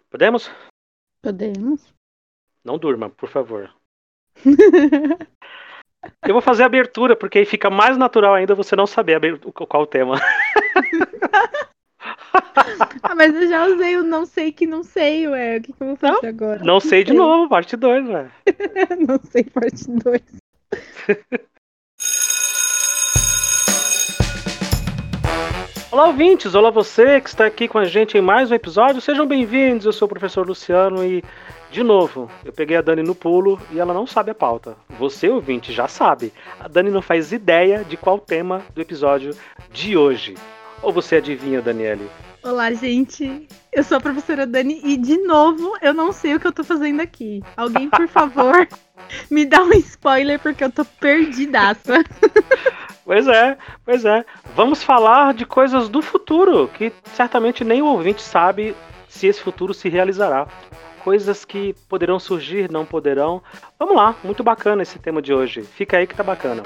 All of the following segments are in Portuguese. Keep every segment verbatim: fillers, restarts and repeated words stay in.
Podemos? Podemos. Não durma, por favor. Eu vou fazer a abertura, porque aí fica mais natural ainda você não saber qual o tema. Ah, mas eu já usei o não sei que não sei, ué. O que, que eu vou fazer Não, agora? não, não sei, sei de novo, parte dois, ué. Não sei, parte dois. Olá, ouvintes! Olá, você que está aqui com a gente em mais um episódio. Sejam bem-vindos, eu sou o professor Luciano e, de novo, eu peguei a Dani no pulo e ela não sabe a pauta. Você, ouvinte, já sabe. A Dani não faz ideia de qual tema do episódio de hoje. Ou você adivinha, Daniele? Olá, gente. Eu sou a professora Dani e, de novo, eu não sei o que eu tô fazendo aqui. Alguém, por favor, me dá um spoiler porque eu tô perdidaça. Pois é, pois é. Vamos falar de coisas do futuro, que certamente nem o ouvinte sabe se esse futuro se realizará. Coisas que poderão surgir, não poderão. Vamos lá, muito bacana esse tema de hoje. Fica aí que tá bacana.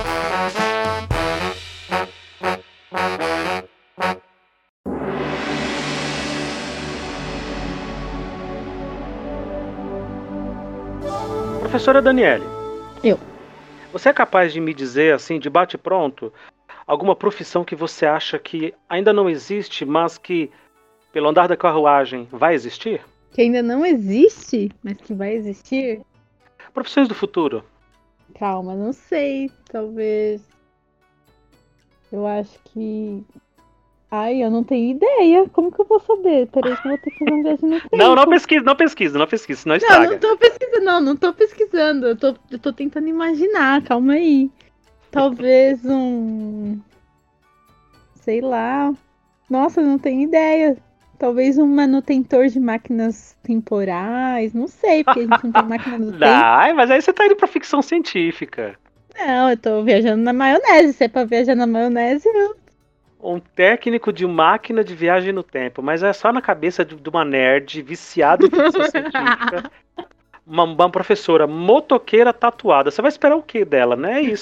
Professora Daniele. Eu. Você é capaz de me dizer, assim, de bate-pronto, alguma profissão que você acha que ainda não existe, mas que, pelo andar da carruagem, vai existir? Que ainda não existe, mas que vai existir? Profissões do futuro. Calma, não sei. Talvez. Eu acho que. Ai, eu não tenho ideia. Como que eu vou saber? Peraí que eu vou ter que fazer um viagem no tempo. Não, não pesquisa, não pesquisa, não pesquisa, senão estraga. Não, não tô pesquisando, não, não tô pesquisando. Eu tô, eu tô tentando imaginar, calma aí. Talvez um. Sei lá. Nossa, eu não tenho ideia. Talvez um manutentor de máquinas temporais. Não sei, porque a gente não tem máquina do tempo. Ai, mas aí você tá indo pra ficção científica. Não, eu tô viajando na maionese. Se é pra viajar na maionese, eu... Um técnico de máquina de viagem no tempo, mas é só na cabeça de, de uma nerd viciada em ficção científica. Uma, uma professora motoqueira tatuada. Você vai esperar o que dela, né? É isso.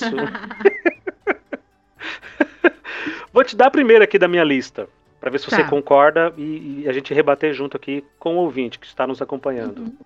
Vou te dar a primeira aqui da minha lista, para ver se você Tá. concorda e, e a gente rebater junto aqui com o ouvinte que está nos acompanhando. Uhum.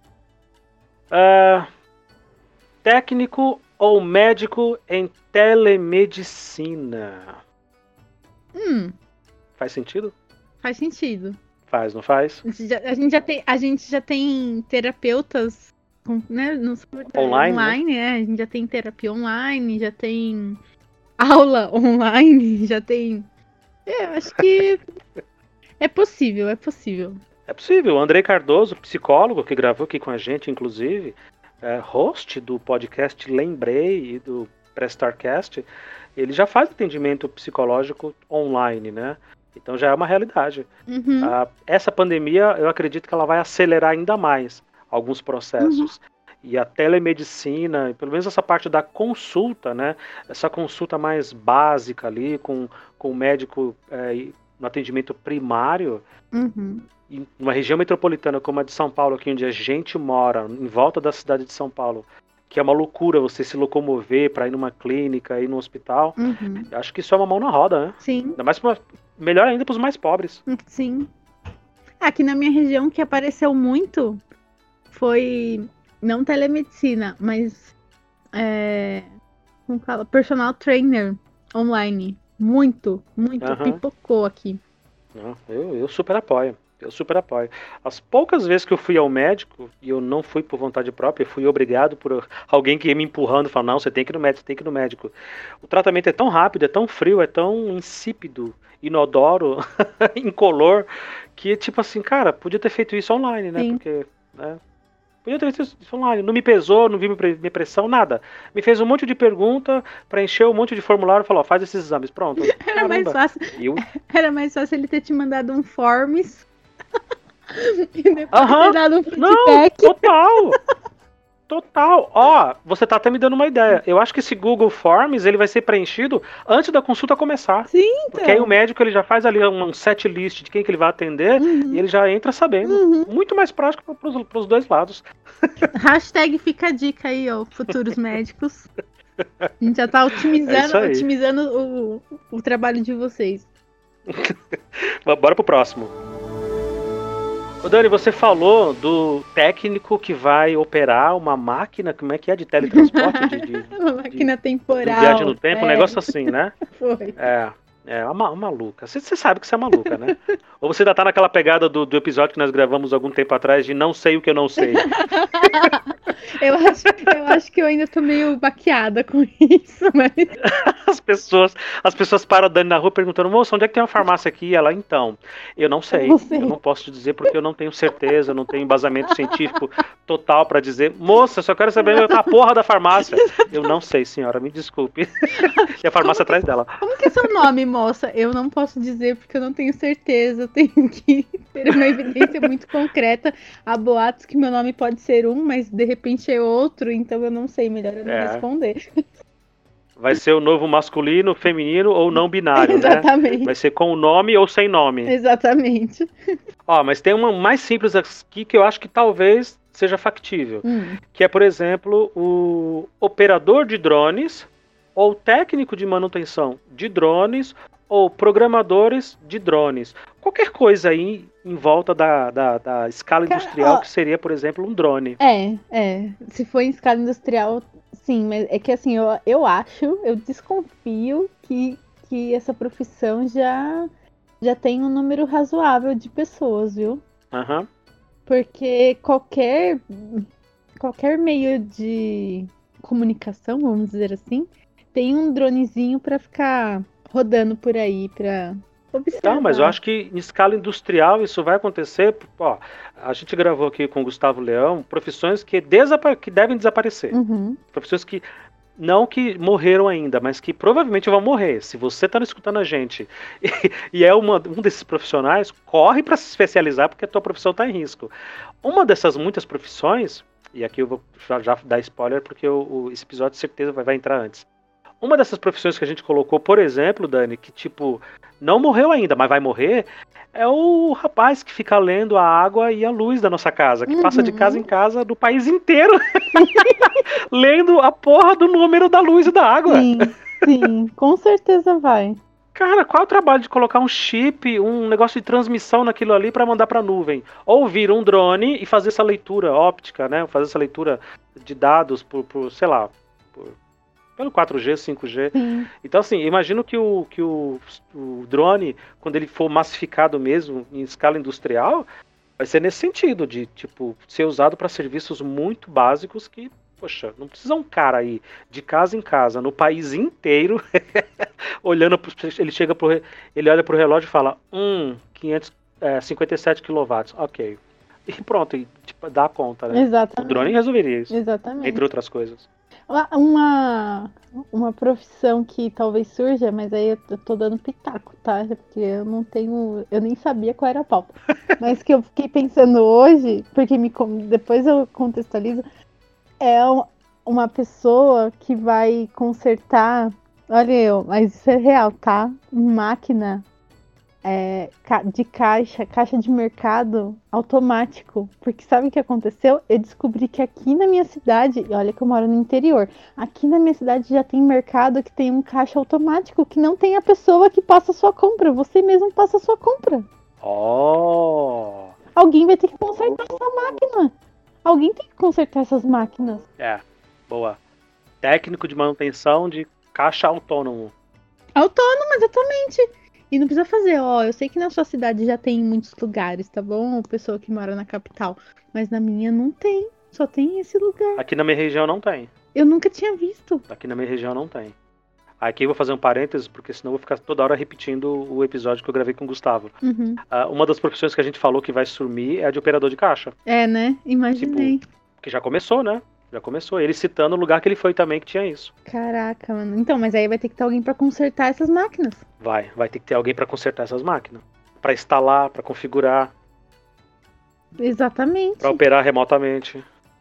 Uh, técnico ou médico em telemedicina? Hum, Faz sentido? faz sentido. Faz, não faz? A gente já, a gente já tem, a gente já tem terapeutas com- né, no, Online, online né? A gente já tem terapia online, já tem aula online, já tem. É, eu acho que é possível, é possível. É possível. O Andrei Cardoso, psicólogo, que gravou aqui com a gente, inclusive, é, host do podcast Lembrei e do Prestarcast, ele já faz atendimento psicológico online, né? Então já é uma realidade. Uhum. Ah, essa pandemia, eu acredito que ela vai acelerar ainda mais alguns processos. Uhum. E a telemedicina, pelo menos essa parte da consulta, né? Essa consulta mais básica ali, com, com o médico é, no atendimento primário, Uhum. em uma região metropolitana como a de São Paulo, aqui onde a gente mora, em volta da cidade de São Paulo, que é uma loucura você se locomover para ir numa clínica, ir no hospital. Uhum. Eu acho que isso é uma mão na roda, né? Sim. Ainda mais pra, melhor ainda para os mais pobres. Sim. Aqui na minha região, que apareceu muito foi não telemedicina, mas é, como fala, personal trainer online. Muito, muito. Uhum. Pipocou aqui. Não, eu, eu super apoio. Eu super apoio. As poucas vezes que eu fui ao médico, e eu não fui por vontade própria, eu fui obrigado por alguém que ia me empurrando, falando, não, você tem que ir no médico, você tem que ir no médico. O tratamento é tão rápido, é tão frio, é tão insípido, inodoro, incolor, que tipo assim, cara, podia ter feito isso online, né? Sim. Porque, né? Podia ter feito isso online. Não me pesou, não vi minha pressão, nada. Me fez um monte de pergunta, preencheu um monte de formulário e falou, ó, faz esses exames, pronto. Era Caramba. mais fácil. Eu... Era mais fácil ele ter te mandado um forms e depois Aham. ter dado um feedback. Não, total. Total. Ó, você tá até me dando uma ideia. Eu acho que esse Google Forms, ele vai ser preenchido antes da consulta começar. Sim, então. Porque aí o médico, ele já faz ali um set list de quem que ele vai atender, Uhum. e ele já entra sabendo. Uhum. Muito mais prático pros, pros dois lados. Hashtag fica a dica aí, ó, futuros médicos. A gente já tá otimizando, É otimizando o, o trabalho de vocês. Bora pro próximo. Ô Dani, você falou do técnico que vai operar uma máquina, como é que é, de teletransporte? De, de, uma máquina de, temporal. de viagem no tempo, é. um negócio assim, né? Foi. É, é uma, uma maluca. Você, você sabe que você é maluca, né? Ou você ainda tá naquela pegada do, do episódio que nós gravamos algum tempo atrás de não sei o que eu não sei. eu, acho, eu acho que eu ainda tô meio baqueada com isso, mas... As pessoas, as pessoas param a Dani na rua perguntando, moça, onde é que tem uma farmácia aqui? E ela, então, eu não sei, não sei. eu não posso te dizer porque eu não tenho certeza, eu não tenho embasamento científico total pra dizer, moça, só quero saber onde é a porra da farmácia. Eu não sei, senhora, me desculpe. E a farmácia que, atrás dela. Como que é seu nome, moça? Eu não posso dizer porque eu não tenho certeza, eu tenho que ter uma evidência muito concreta. Há boatos que meu nome pode ser um, mas de repente é outro, então eu não sei, melhor eu não É. responder. Vai ser o novo masculino, feminino ou não binário, Exatamente. né? Vai ser com o nome ou sem nome. Exatamente. Ó, mas tem uma mais simples aqui que eu acho que talvez seja factível. Hum. Que é, por exemplo, o operador de drones ou técnico de manutenção de drones ou programadores de drones. Qualquer coisa aí em volta da, da, da escala Cara, industrial ó, que seria, por exemplo, um drone. É, é. Se for em escala industrial, sim, mas é que assim, eu, eu acho, eu desconfio que, que essa profissão já, já tem um número razoável de pessoas, viu? Aham. Porque qualquer, qualquer meio de comunicação, vamos dizer assim, tem um dronezinho pra ficar rodando por aí, pra observar. Não, mas eu acho que em escala industrial isso vai acontecer. Ó, a gente gravou aqui com o Gustavo Leão profissões que, desapa- que devem desaparecer. Uhum. Profissões que não que morreram ainda, mas que provavelmente vão morrer. Se você está escutando a gente e, e é uma, um desses profissionais, corre para se especializar porque a tua profissão está em risco. Uma dessas muitas profissões, e aqui eu vou já, já dar spoiler porque o, o, esse episódio de certeza vai, vai entrar antes. Uma dessas profissões que a gente colocou, por exemplo, Dani, que tipo, não morreu ainda, mas vai morrer, é o rapaz que fica lendo a água e a luz da nossa casa, que uhum. passa de casa em casa do país inteiro, lendo a porra do número da luz e da água. Sim, sim, com certeza vai. Cara, qual é o trabalho de colocar um chip, um negócio de transmissão naquilo ali para mandar para nuvem? Ou vir um drone e fazer essa leitura óptica, né? Fazer essa leitura de dados por, por sei lá, por... pelo quatro G, cinco G. Sim. Então, assim, imagino que, o, que o, o drone, quando ele for massificado mesmo, em escala industrial, vai ser nesse sentido, de, tipo, ser usado para serviços muito básicos que, poxa, não precisa um cara aí, de casa em casa, no país inteiro, olhando, pro, ele chega pro, ele olha pro relógio e fala, hum, quinhentos, é, cinquenta e sete quilowatts, ok. E pronto, e, tipo, dá conta, né? Exatamente. O drone resolveria isso. Exatamente. Entre outras coisas. Uma, uma profissão que talvez surja, mas aí eu tô dando pitaco, tá? Porque eu não tenho. Eu nem sabia qual era a pauta. Mas que eu fiquei pensando hoje, porque me, depois eu contextualizo, é uma pessoa que vai consertar. Olha eu, mas isso é real, tá? Máquina. É, de caixa, caixa de mercado automático. Porque sabe o que aconteceu? Eu descobri que aqui na minha cidade, e olha que eu moro no interior, aqui na minha cidade já tem mercado que tem um caixa automático, que não tem a pessoa que passa a sua compra, você mesmo passa a sua compra. Oh! Alguém vai ter que consertar essa máquina. Alguém tem que consertar essas máquinas. É, boa. Técnico de manutenção de caixa autônomo. Autônomo, exatamente. E não precisa fazer, ó, eu sei que na sua cidade já tem em muitos lugares, tá bom? Pessoa que mora na capital. Mas na minha não tem, só tem esse lugar. Aqui na minha região não tem. Eu nunca tinha visto. Aqui na minha região não tem. Aqui eu vou fazer um parênteses, porque senão eu vou ficar toda hora repetindo o episódio que eu gravei com o Gustavo. Uhum. Uh, uma das profissões que a gente falou que vai sumir é a de operador de caixa. É, né? Imaginei. Tipo, que já começou, né? Já começou. Ele citando o lugar que ele foi também que tinha isso. Caraca, mano. Então, mas aí vai ter que ter alguém pra consertar essas máquinas. Vai, vai ter que ter alguém pra consertar essas máquinas. Pra instalar, pra configurar. Exatamente. Pra operar remotamente.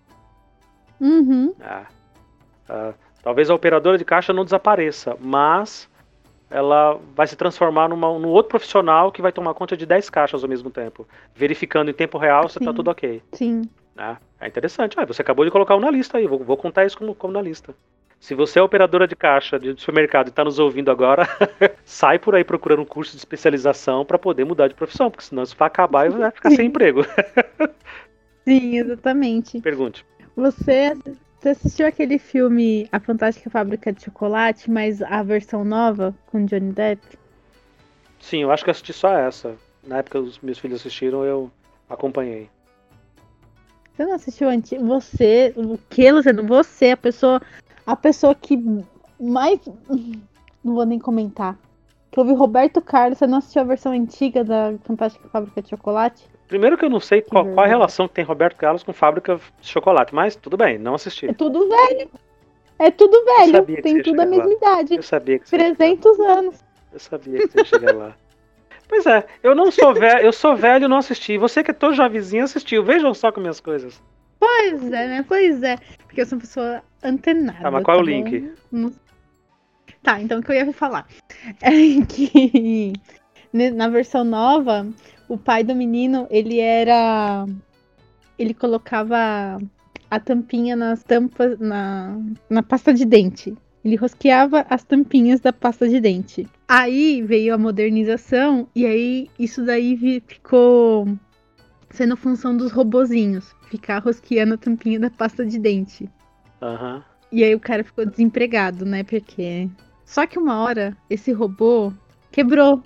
Uhum. Ah. Uh, talvez a operadora de caixa não desapareça, mas ela vai se transformar numa, num outro profissional que vai tomar conta de dez caixas ao mesmo tempo. Verificando em tempo real se tá tudo ok. Sim. É, é interessante. Ah, você acabou de colocar um na lista aí. Vou, vou contar isso como, como na lista. Se você é operadora de caixa de supermercado e está nos ouvindo agora, sai por aí procurando um curso de especialização para poder mudar de profissão, porque senão isso vai acabar e vai ficar sem emprego. Sim, exatamente. Pergunte. Você, você assistiu aquele filme A Fantástica Fábrica de Chocolate, mas a versão nova com Johnny Depp? Sim, eu acho que eu assisti só essa. Na época os meus filhos assistiram, eu acompanhei. Você não assistiu antes? Você, o que, Luciano? Você, a pessoa, a pessoa que mais... Não vou nem comentar. Que ouviu Roberto Carlos, você não assistiu a versão antiga da Fantástica Fábrica de Chocolate? Primeiro que eu não sei qual, qual a relação que tem Roberto Carlos com Fábrica de Chocolate, mas tudo bem, não assisti. É tudo velho. É tudo velho, tem tudo a mesma lá. idade. Eu sabia que você trezentos anos. Eu sabia que você ia chegar lá. Pois é, eu não sou velho, eu sou velho e não assisti. Você que é tão jovenzinho assistiu. Vejam só com minhas coisas. Pois é, né? Pois é. Porque eu sou uma pessoa antenada. Tá, mas qual tá é o link? Não... Tá, então o que eu ia falar é que na versão nova, o pai do menino, ele era... Ele colocava a tampinha nas tampas, na, na pasta de dente. Ele rosqueava as tampinhas da pasta de dente. Aí veio a modernização e aí isso daí ficou sendo função dos robozinhos. Ficar rosqueando a tampinha da pasta de dente. Uhum. E aí o cara ficou desempregado, né? Porque... Só que uma hora, esse robô quebrou.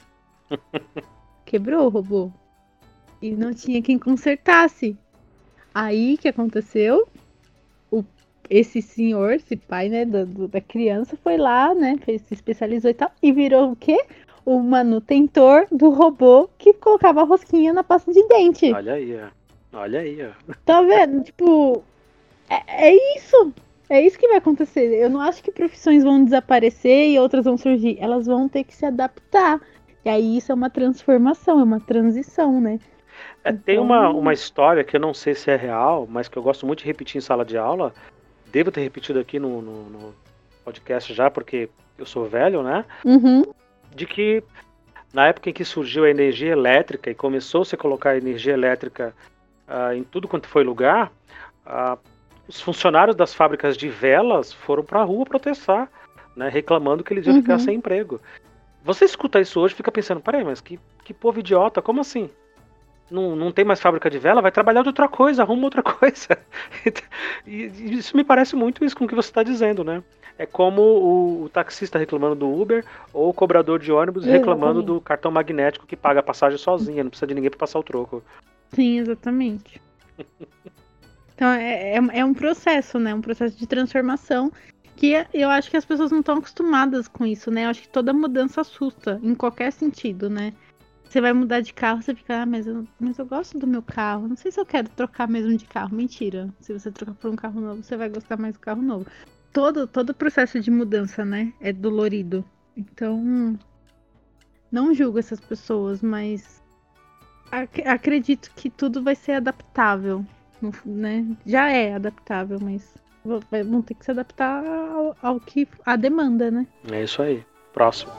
Quebrou o robô. E não tinha quem consertasse. Aí, o que aconteceu? O, esse senhor, esse pai, né, da, da criança, foi lá, né, fez, se especializou e tal, e virou o quê? O manutentor do robô que colocava a rosquinha na pasta de dente. Olha aí, ó. Olha aí, ó. Tá vendo? Tipo, é, é isso. É isso que vai acontecer. Eu não acho que profissões vão desaparecer e outras vão surgir. Elas vão ter que se adaptar. E aí isso é uma transformação, é uma transição, né? É, tem então... uma, uma história que eu não sei se é real, mas que eu gosto muito de repetir em sala de aula. Devo ter repetido aqui no, no, no podcast já, porque eu sou velho, né? Uhum. De que na época em que surgiu a energia elétrica e começou-se a colocar energia elétrica uh, em tudo quanto foi lugar, uh, os funcionários das fábricas de velas foram para a rua protestar, né, reclamando que eles iam uhum. ficar sem emprego. Você escuta isso hoje e fica pensando, peraí, mas que, que povo idiota, como assim? Não, não tem mais fábrica de vela? Vai trabalhar de outra coisa, arruma outra coisa. E isso me parece muito isso com o que você está dizendo, né? É como o, o taxista reclamando do Uber ou o cobrador de ônibus reclamando do cartão magnético que paga a passagem sozinha, não precisa de ninguém para passar o troco. Sim, exatamente. Então é, é, é um processo, né? Um processo de transformação que eu acho que as pessoas não estão acostumadas com isso, né? Eu acho que toda mudança assusta, em qualquer sentido, né? Você vai mudar de carro, você fica, ah, mas eu, mas eu gosto do meu carro. Não sei se eu quero trocar mesmo de carro. Mentira. Se você trocar por um carro novo, você vai gostar mais do carro novo. Todo, todo processo de mudança, né? É dolorido. Então, não julgo essas pessoas, mas ac- acredito que tudo vai ser adaptável, né? Já é adaptável, mas vão ter que se adaptar ao, ao que a demanda, né? É isso aí. Próximo.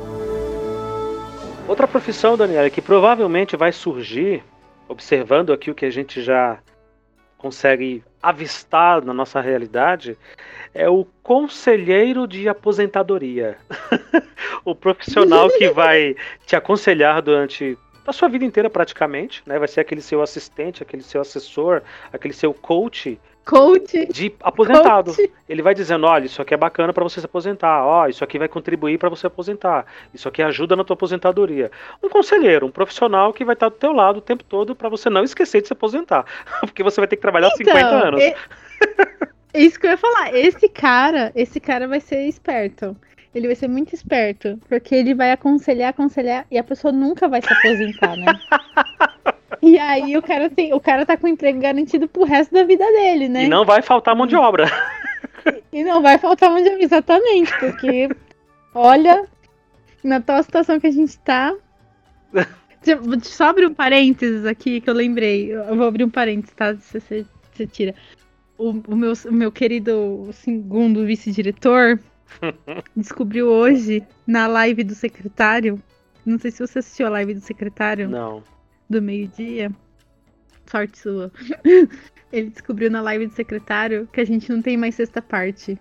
Outra profissão, Daniela, que provavelmente vai surgir, observando aqui o que a gente já consegue avistar na nossa realidade, é o conselheiro de aposentadoria. O profissional que vai te aconselhar durante a sua vida inteira praticamente, né? Vai ser aquele seu assistente, aquele seu assessor, aquele seu coach. Coach. De aposentado. Coach. Ele vai dizendo, olha, isso aqui é bacana para você se aposentar, ó, isso aqui vai contribuir para você aposentar, isso aqui ajuda na tua aposentadoria. Um conselheiro, um profissional que vai estar do teu lado o tempo todo para você não esquecer de se aposentar, porque você vai ter que trabalhar então, cinquenta anos. É... Isso que eu ia falar, esse cara, esse cara vai ser esperto. Ele vai ser muito esperto, porque ele vai aconselhar, aconselhar, e a pessoa nunca vai se aposentar, né? E aí o cara tem, o cara tá com emprego garantido pro resto da vida dele, né? E não vai faltar mão de obra. E não vai faltar mão de obra, exatamente, porque olha, na tal situação que a gente tá. Só abrir um parênteses aqui que eu lembrei. Eu vou abrir um parênteses, tá? Você, você, você tira. O, o, meu, o meu querido segundo vice-diretor descobriu hoje na live do secretário. Não sei se você assistiu a live do secretário. Não. Do meio-dia. Sorte sua. Ele descobriu na live do secretário que a gente não tem mais sexta parte.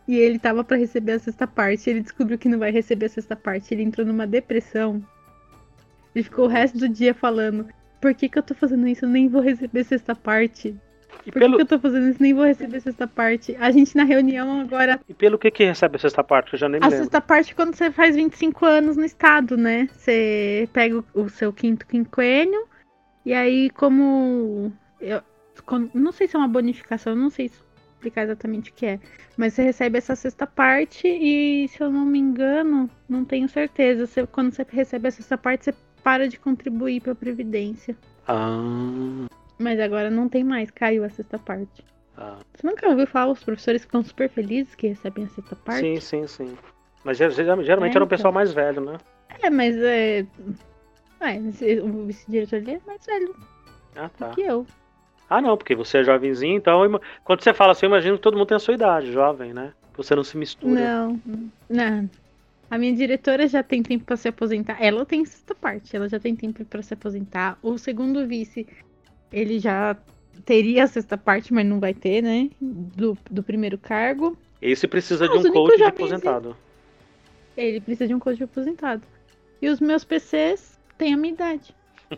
e ele tava pra receber a sexta parte, ele descobriu que não vai receber a sexta parte, ele entrou numa depressão. Ele ficou o resto do dia falando, por que que eu tô fazendo isso? Eu nem vou receber a sexta parte. E Por pelo, que, que eu tô fazendo isso? Nem vou receber a sexta parte. A gente na reunião agora. e pelo que que recebe a sexta parte? Eu já nem me A lembro. sexta parte é quando você faz vinte e cinco anos no estado, né? Você pega o, o seu quinto quinquênio. E aí, como. Eu, com- não sei se é uma bonificação, eu não sei explicar exatamente o que é. Mas você recebe essa sexta parte e, se eu não me engano, não tenho certeza. Você, quando você recebe a sexta parte, você para de contribuir pra Previdência. Ah, Mas agora não tem mais, caiu a sexta parte. ah. Você nunca ouviu falar, os professores ficam super felizes que recebem a sexta parte? Sim, sim, sim. Mas ger- ger- geralmente É, era um pessoal então. mais velho, né? É, mas é. É, esse- o vice-diretor ele é mais velho Ah, do tá. que eu. Ah, não, porque você é jovenzinho, então eu ima- quando você fala assim, eu imagino que todo mundo tem a sua idade, jovem, né? Você não se mistura. Não, não. A minha diretora já tem tempo pra se aposentar. Ela tem sexta parte, ela já tem tempo pra se aposentar. O segundo vice, ele já teria a sexta parte, mas não vai ter, né? Do, do primeiro cargo. Esse precisa Ah, de os um únicos coach de jovens- aposentado. Ele precisa de um coach aposentado. E os meus P Cs têm a minha idade.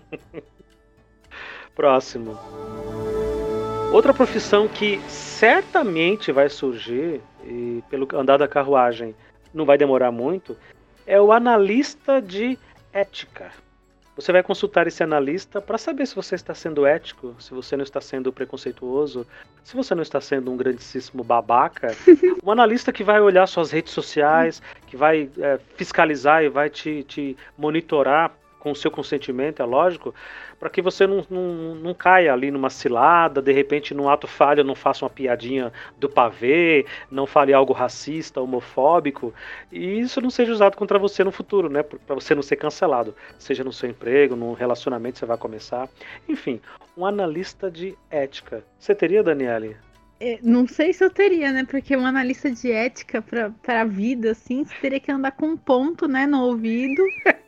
Próximo. Outra profissão que certamente vai surgir, e pelo andar da carruagem não vai demorar muito, é o analista de ética. Você vai consultar esse analista para saber se você está sendo ético, se você não está sendo preconceituoso, se você não está sendo um grandíssimo babaca. Um analista que vai olhar suas redes sociais, que vai é, fiscalizar e vai te, te monitorar com o seu consentimento, é lógico, para que você não, não, não caia ali numa cilada, de repente num ato falho não faça uma piadinha do pavê, não fale algo racista, homofóbico, e isso não seja usado contra você no futuro, né, para você não ser cancelado, seja no seu emprego, num relacionamento que você vai começar, enfim, um analista de ética. Você teria, Daniele? É, não sei se eu teria, né? Porque um analista de ética pra, pra vida, assim, você teria que andar com um ponto, né, no ouvido.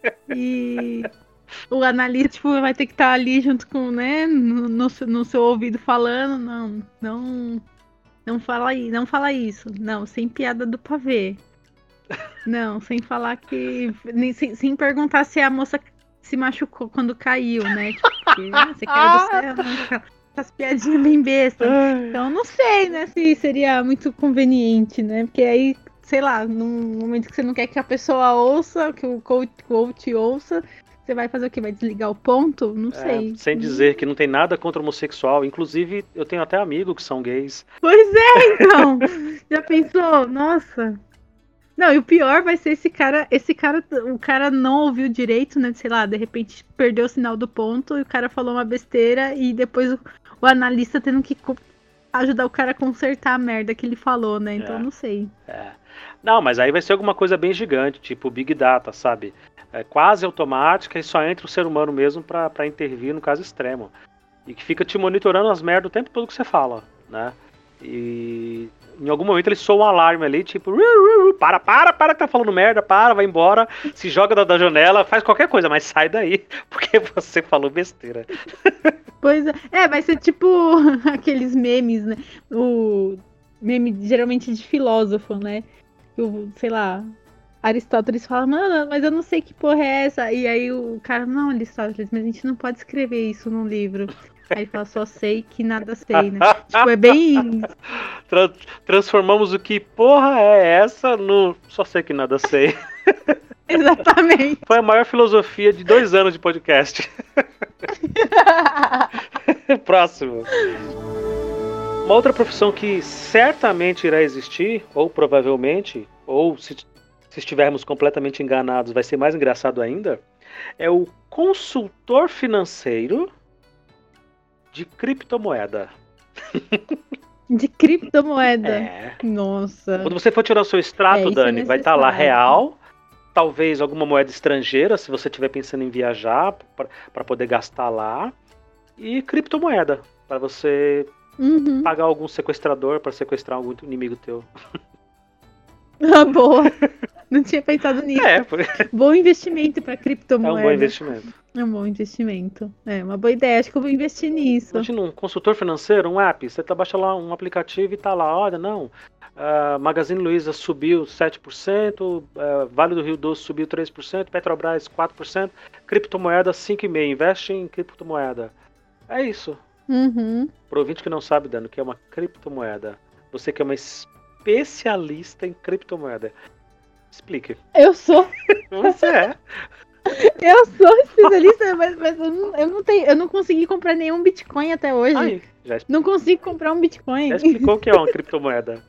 E o analista, tipo, vai ter que estar ali junto com, né, no, no, seu- no seu ouvido falando, não, não, não fala aí, não fala isso. Não, sem piada do pavê. Não, sem falar que. nem- sem, sem perguntar se a moça se machucou quando caiu, né? Tipo, porque, ah, você caiu do céu, né? Essas piadinhas bem bestas. Então, não sei, né, se seria muito conveniente, né? Porque aí, sei lá, num momento que você não quer que a pessoa ouça, que o coach, coach ouça, você vai fazer o quê? Vai desligar o ponto? Não É, sei. sem dizer que não tem nada contra homossexual, inclusive eu tenho até amigos que são gays. Pois é, então. Já pensou? Nossa. Não, e o pior vai ser esse cara, esse cara, o cara não ouviu direito, né? Sei lá, de repente perdeu o sinal do ponto e o cara falou uma besteira e depois o, o analista tendo que co- ajudar o cara a consertar a merda que ele falou, né? Então É. não sei. É. Não, mas aí vai ser alguma coisa bem gigante, tipo Big Data, sabe? É quase automática e só entra o ser humano mesmo pra, pra intervir no caso extremo. E que fica te monitorando as merdas o tempo todo que você fala, né? E em algum momento ele soa um alarme ali, tipo, "Ru, ru, ru, para, para, para que tá falando merda, para, vai embora, se joga da, da janela, faz qualquer coisa, mas sai daí, porque você falou besteira." Pois é, é, vai ser tipo aqueles memes, né? O meme geralmente de filósofo, né? O, sei lá, Aristóteles fala, mano, mas eu não sei que porra é essa. E aí o cara, não, Aristóteles, mas a gente não pode escrever isso num livro. Aí ele fala, só sei que nada sei, né? Tipo, é bem. Tra- transformamos o que porra é essa no só sei que nada sei. Exatamente. Foi a maior filosofia de dois anos de podcast. Próximo. Uma outra profissão que certamente irá existir, ou provavelmente, ou se, se estivermos completamente enganados, vai ser mais engraçado ainda, é o consultor financeiro de criptomoeda. De criptomoeda. É. Nossa. Quando você for tirar o seu extrato, É, isso Dani, é vai estar lá necessário. real, talvez alguma moeda estrangeira, se você estiver pensando em viajar, para poder gastar lá, e criptomoeda, para você Uhum. pagar algum sequestrador para sequestrar algum inimigo teu. Ah, boa. Não tinha pensado nisso. É, foi... Bom investimento para é criptomoeda. um bom investimento. É um bom investimento. É uma boa ideia. Acho que eu vou investir nisso. Imagina um consultor financeiro, um app, você tá baixando lá um aplicativo e tá lá, olha, não, uh, Magazine Luiza subiu sete por cento, uh, Vale do Rio Doce subiu três por cento, Petrobras quatro por cento, criptomoeda cinco vírgula cinco por cento, investe em criptomoeda. É isso. Uhum. Pro ouvinte que não sabe, Dano, o que é uma criptomoeda, você que é uma especialista em criptomoeda, explique. Eu sou. Você é. Eu sou especialista, mas, mas eu, não, eu, não tenho, eu não consegui comprar nenhum Bitcoin até hoje. Aí, já, expl- Não consigo comprar um Bitcoin. já explicou o que é uma criptomoeda.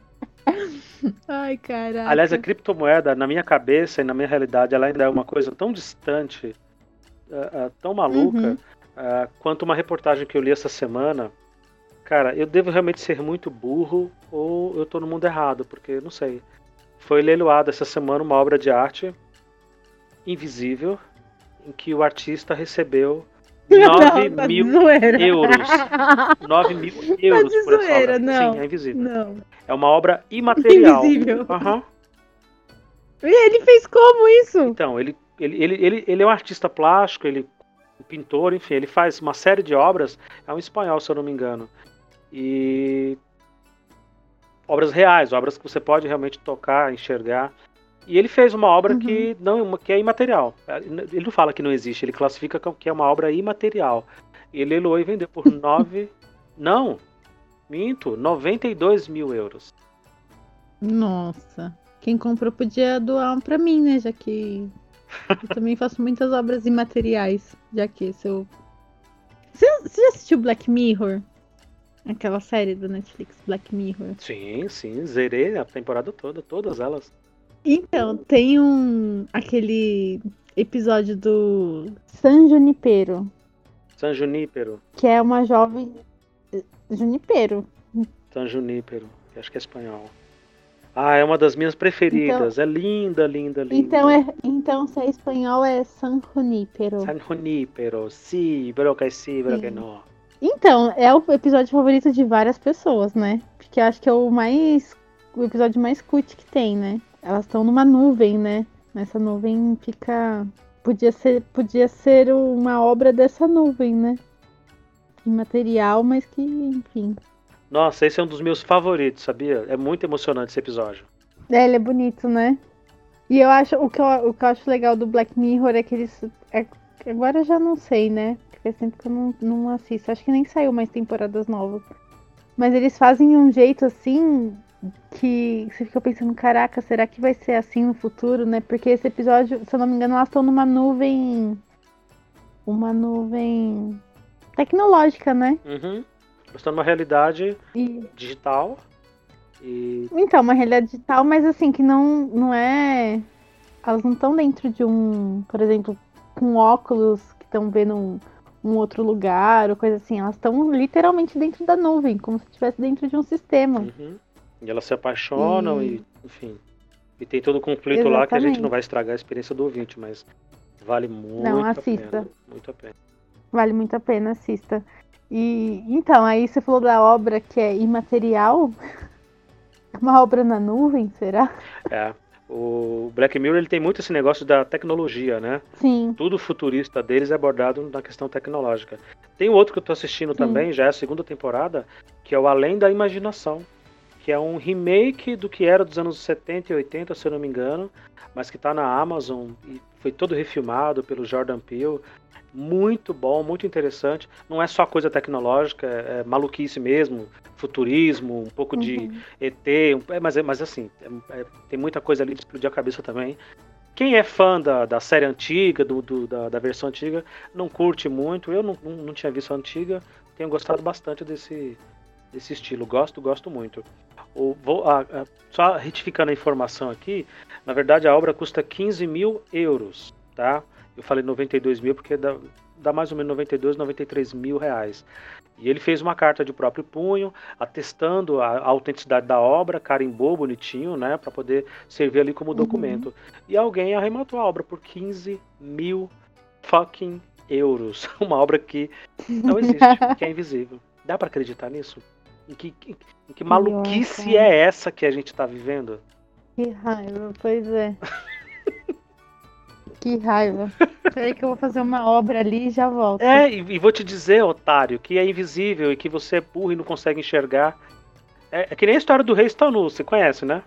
Ai, caraca. Aliás, a criptomoeda, na minha cabeça e na minha realidade, ela ainda é uma coisa tão distante, uh, uh, tão maluca, Uhum. uh, quanto uma reportagem que eu li essa semana. Cara, eu devo realmente ser muito burro ou eu tô no mundo errado, porque não sei. Foi leiloada essa semana uma obra de arte invisível em que o artista recebeu nove Não, tá de mil zoeira. euros. nove mil euros de por essa zoeira, obra. não. Sim, é invisível. Não. É uma obra imaterial. Invisível. Aham. E ele fez como isso? Então, ele, ele, ele, ele, ele é um artista plástico, ele um pintor, enfim, ele faz uma série de obras, é um espanhol, se eu não me engano. E obras reais, obras que você pode realmente tocar, enxergar. E ele fez uma obra Uhum. que, não, que é imaterial. Ele não fala que não existe, ele classifica que é uma obra imaterial. Ele leiloou e vendeu por nove... não, minto, noventa e dois mil euros. Nossa. Quem comprou podia doar um pra mim, né? Já que eu também faço muitas obras imateriais. Já que se eu... Você, você já assistiu Black Mirror? Aquela série do Netflix, Black Mirror. Sim, sim, zerei a temporada toda, todas elas. Então, tem um... aquele episódio do San Junipero. San Junípero, Que é uma jovem... Junipero. San Junípero, que acho que é espanhol. Ah, é uma das minhas preferidas. É linda, linda, linda. Então, é, então, se é espanhol, é San Junípero. San Junípero, sí, pero que sí, pero Sim. que no. Então, é o episódio favorito de várias pessoas, né? Porque eu acho que é o mais. O episódio mais cult que tem, né? Elas estão numa nuvem, né? Essa nuvem fica. Podia ser, podia ser uma obra dessa nuvem, né? Imaterial, mas que, enfim. Nossa, esse é um dos meus favoritos, sabia? É muito emocionante esse episódio. É, ele é bonito, né? E eu acho. O que eu, o que eu acho legal do Black Mirror é que eles. É, agora eu já não sei, né? Faz tempo que eu não, não assisto. Acho que nem saiu mais temporadas novas. Mas eles fazem um jeito assim que você fica pensando, caraca, será que vai ser assim no futuro, né? Porque esse episódio, se eu não me engano, elas estão numa nuvem. Uma nuvem tecnológica, né? Uhum. Nós estamos numa realidade E, digital e então, uma realidade digital, mas assim, que não, não é. Elas não estão dentro de um, por exemplo, com óculos que estão vendo um, um outro lugar ou coisa assim. Elas estão literalmente dentro da nuvem, como se estivesse dentro de um sistema. Uhum. E elas se apaixonam e... E- enfim. E tem todo o conflito lá que a gente Exatamente. não vai estragar a experiência do ouvinte, mas vale muito Não, a assista. pena. Muito a pena. Vale muito a pena, assista. E então, aí você falou da obra que é imaterial. Uma obra na nuvem, será? É. O Black Mirror ele tem muito esse negócio da tecnologia, né? Sim. Tudo futurista deles é abordado na questão tecnológica. Tem outro que eu tô assistindo Sim. também, já é a segunda temporada, que é o Além da Imaginação, que é um remake do que era dos anos setenta e oitenta, se eu não me engano, mas que tá na Amazon e foi todo refilmado pelo Jordan Peele. Muito bom, muito interessante. Não é só coisa tecnológica, é maluquice mesmo, futurismo, um pouco de Uhum. E T, um- é, mas, é- mas assim, é- é- tem muita coisa ali de explodir a cabeça também. Quem é fã da, da série antiga, do, do- da, da versão antiga, não curte muito. Eu não, não, não tinha visto a antiga, tenho gostado bastante desse, desse estilo. Gosto, gosto muito. O, vou, ah, ah, só retificando a informação aqui, na verdade a obra custa quinze mil euros, tá? Eu falei noventa e dois mil porque dá, dá mais ou menos noventa e dois, noventa e três mil reais. E ele fez uma carta de próprio punho, atestando a, a autenticidade da obra, carimbou bonitinho, né, para poder servir ali como documento. Uhum. E alguém arrematou a obra por quinze mil fucking euros. Uma obra que não existe, que é invisível. Dá para acreditar nisso? Em que, em, em que maluquice é essa que a gente tá vivendo? Que raiva, pois é. Que raiva. Peraí que eu vou fazer uma obra ali e já volto. É, e, e vou te dizer, otário, que é invisível e que você é burro e não consegue enxergar. É, é que nem a história do rei está nu, você conhece, né?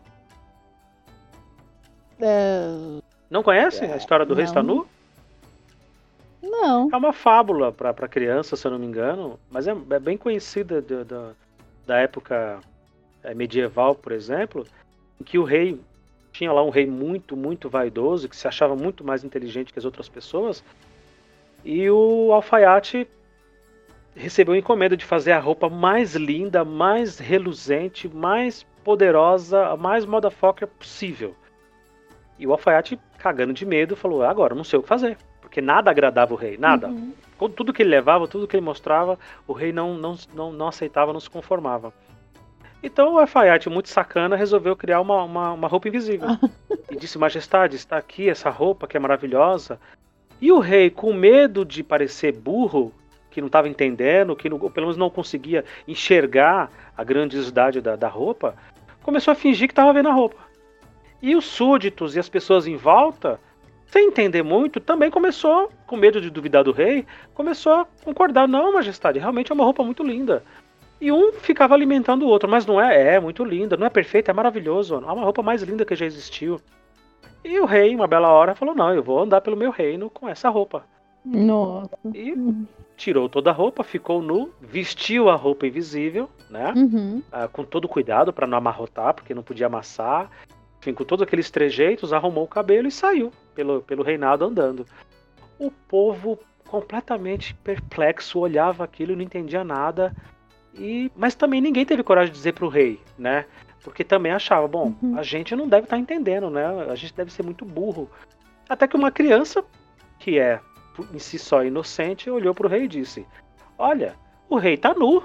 É... Não conhece a história do Não. rei está nu? Não. É uma fábula para criança, se eu não me engano, mas é, é bem conhecida da, da, da época é, medieval, por exemplo, em que o rei tinha lá um rei muito, muito vaidoso, que se achava muito mais inteligente que as outras pessoas, e o alfaiate recebeu a encomenda de fazer a roupa mais linda, mais reluzente, mais poderosa, a mais motherfucker possível. E o alfaiate, cagando de medo, falou, agora não sei o que fazer. Porque nada agradava o rei, nada. Uhum. Tudo que ele levava, tudo que ele mostrava, o rei não, não, não, não aceitava, não se conformava. Então o alfaiate, muito sacana, resolveu criar uma, uma, uma roupa invisível. E disse, majestade, está aqui essa roupa que é maravilhosa. E o rei, com medo de parecer burro, que não estava entendendo, que não, ou pelo menos não conseguia enxergar a grandiosidade da, da roupa, começou a fingir que estava vendo a roupa. E os súditos e as pessoas em volta, sem entender muito, também começou, com medo de duvidar do rei, começou a concordar, não, majestade, realmente é uma roupa muito linda. E um ficava alimentando o outro, mas não é, é muito linda, não é perfeita, é maravilhoso, é uma roupa mais linda que já existiu. E o rei, uma bela hora, falou, não, eu vou andar pelo meu reino com essa roupa. Nossa. E tirou toda a roupa, ficou nu, vestiu a roupa invisível, né? Uhum. Ah, com todo cuidado para não amarrotar, porque não podia amassar. Enfim, com todos aqueles trejeitos, arrumou o cabelo e saiu pelo, pelo reinado andando. O povo, completamente perplexo, olhava aquilo e não entendia nada. E, mas também ninguém teve coragem de dizer pro rei, né? Porque também achava, bom, Uhum. a gente não deve estar entendendo, né? A gente deve ser muito burro. Até que uma criança, que é em si só inocente, olhou pro rei e disse, olha, o rei tá nu.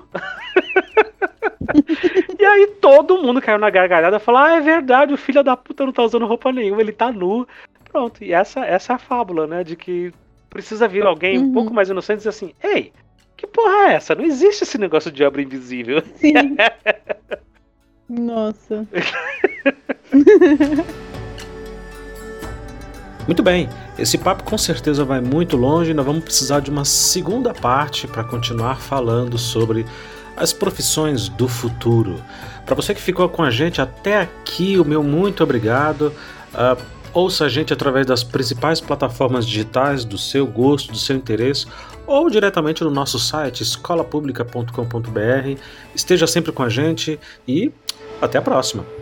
E aí todo mundo caiu na gargalhada e falou, ah, é verdade, o filho da puta não tá usando roupa nenhuma, ele tá nu. Pronto, e essa, essa é a fábula, né? De que precisa vir alguém Uhum. um pouco mais inocente e dizer assim, ei, que porra é essa? Não existe esse negócio de obra invisível. Sim. Nossa. Muito bem, esse papo com certeza vai muito longe e nós vamos precisar de uma segunda parte para continuar falando sobre as profissões do futuro. Para você que ficou com a gente até aqui, o meu muito obrigado. Uh, ouça a gente através das principais plataformas digitais do seu gosto, do seu interesse, ou diretamente no nosso site escola publica ponto com ponto b r. Esteja sempre com a gente e até a próxima!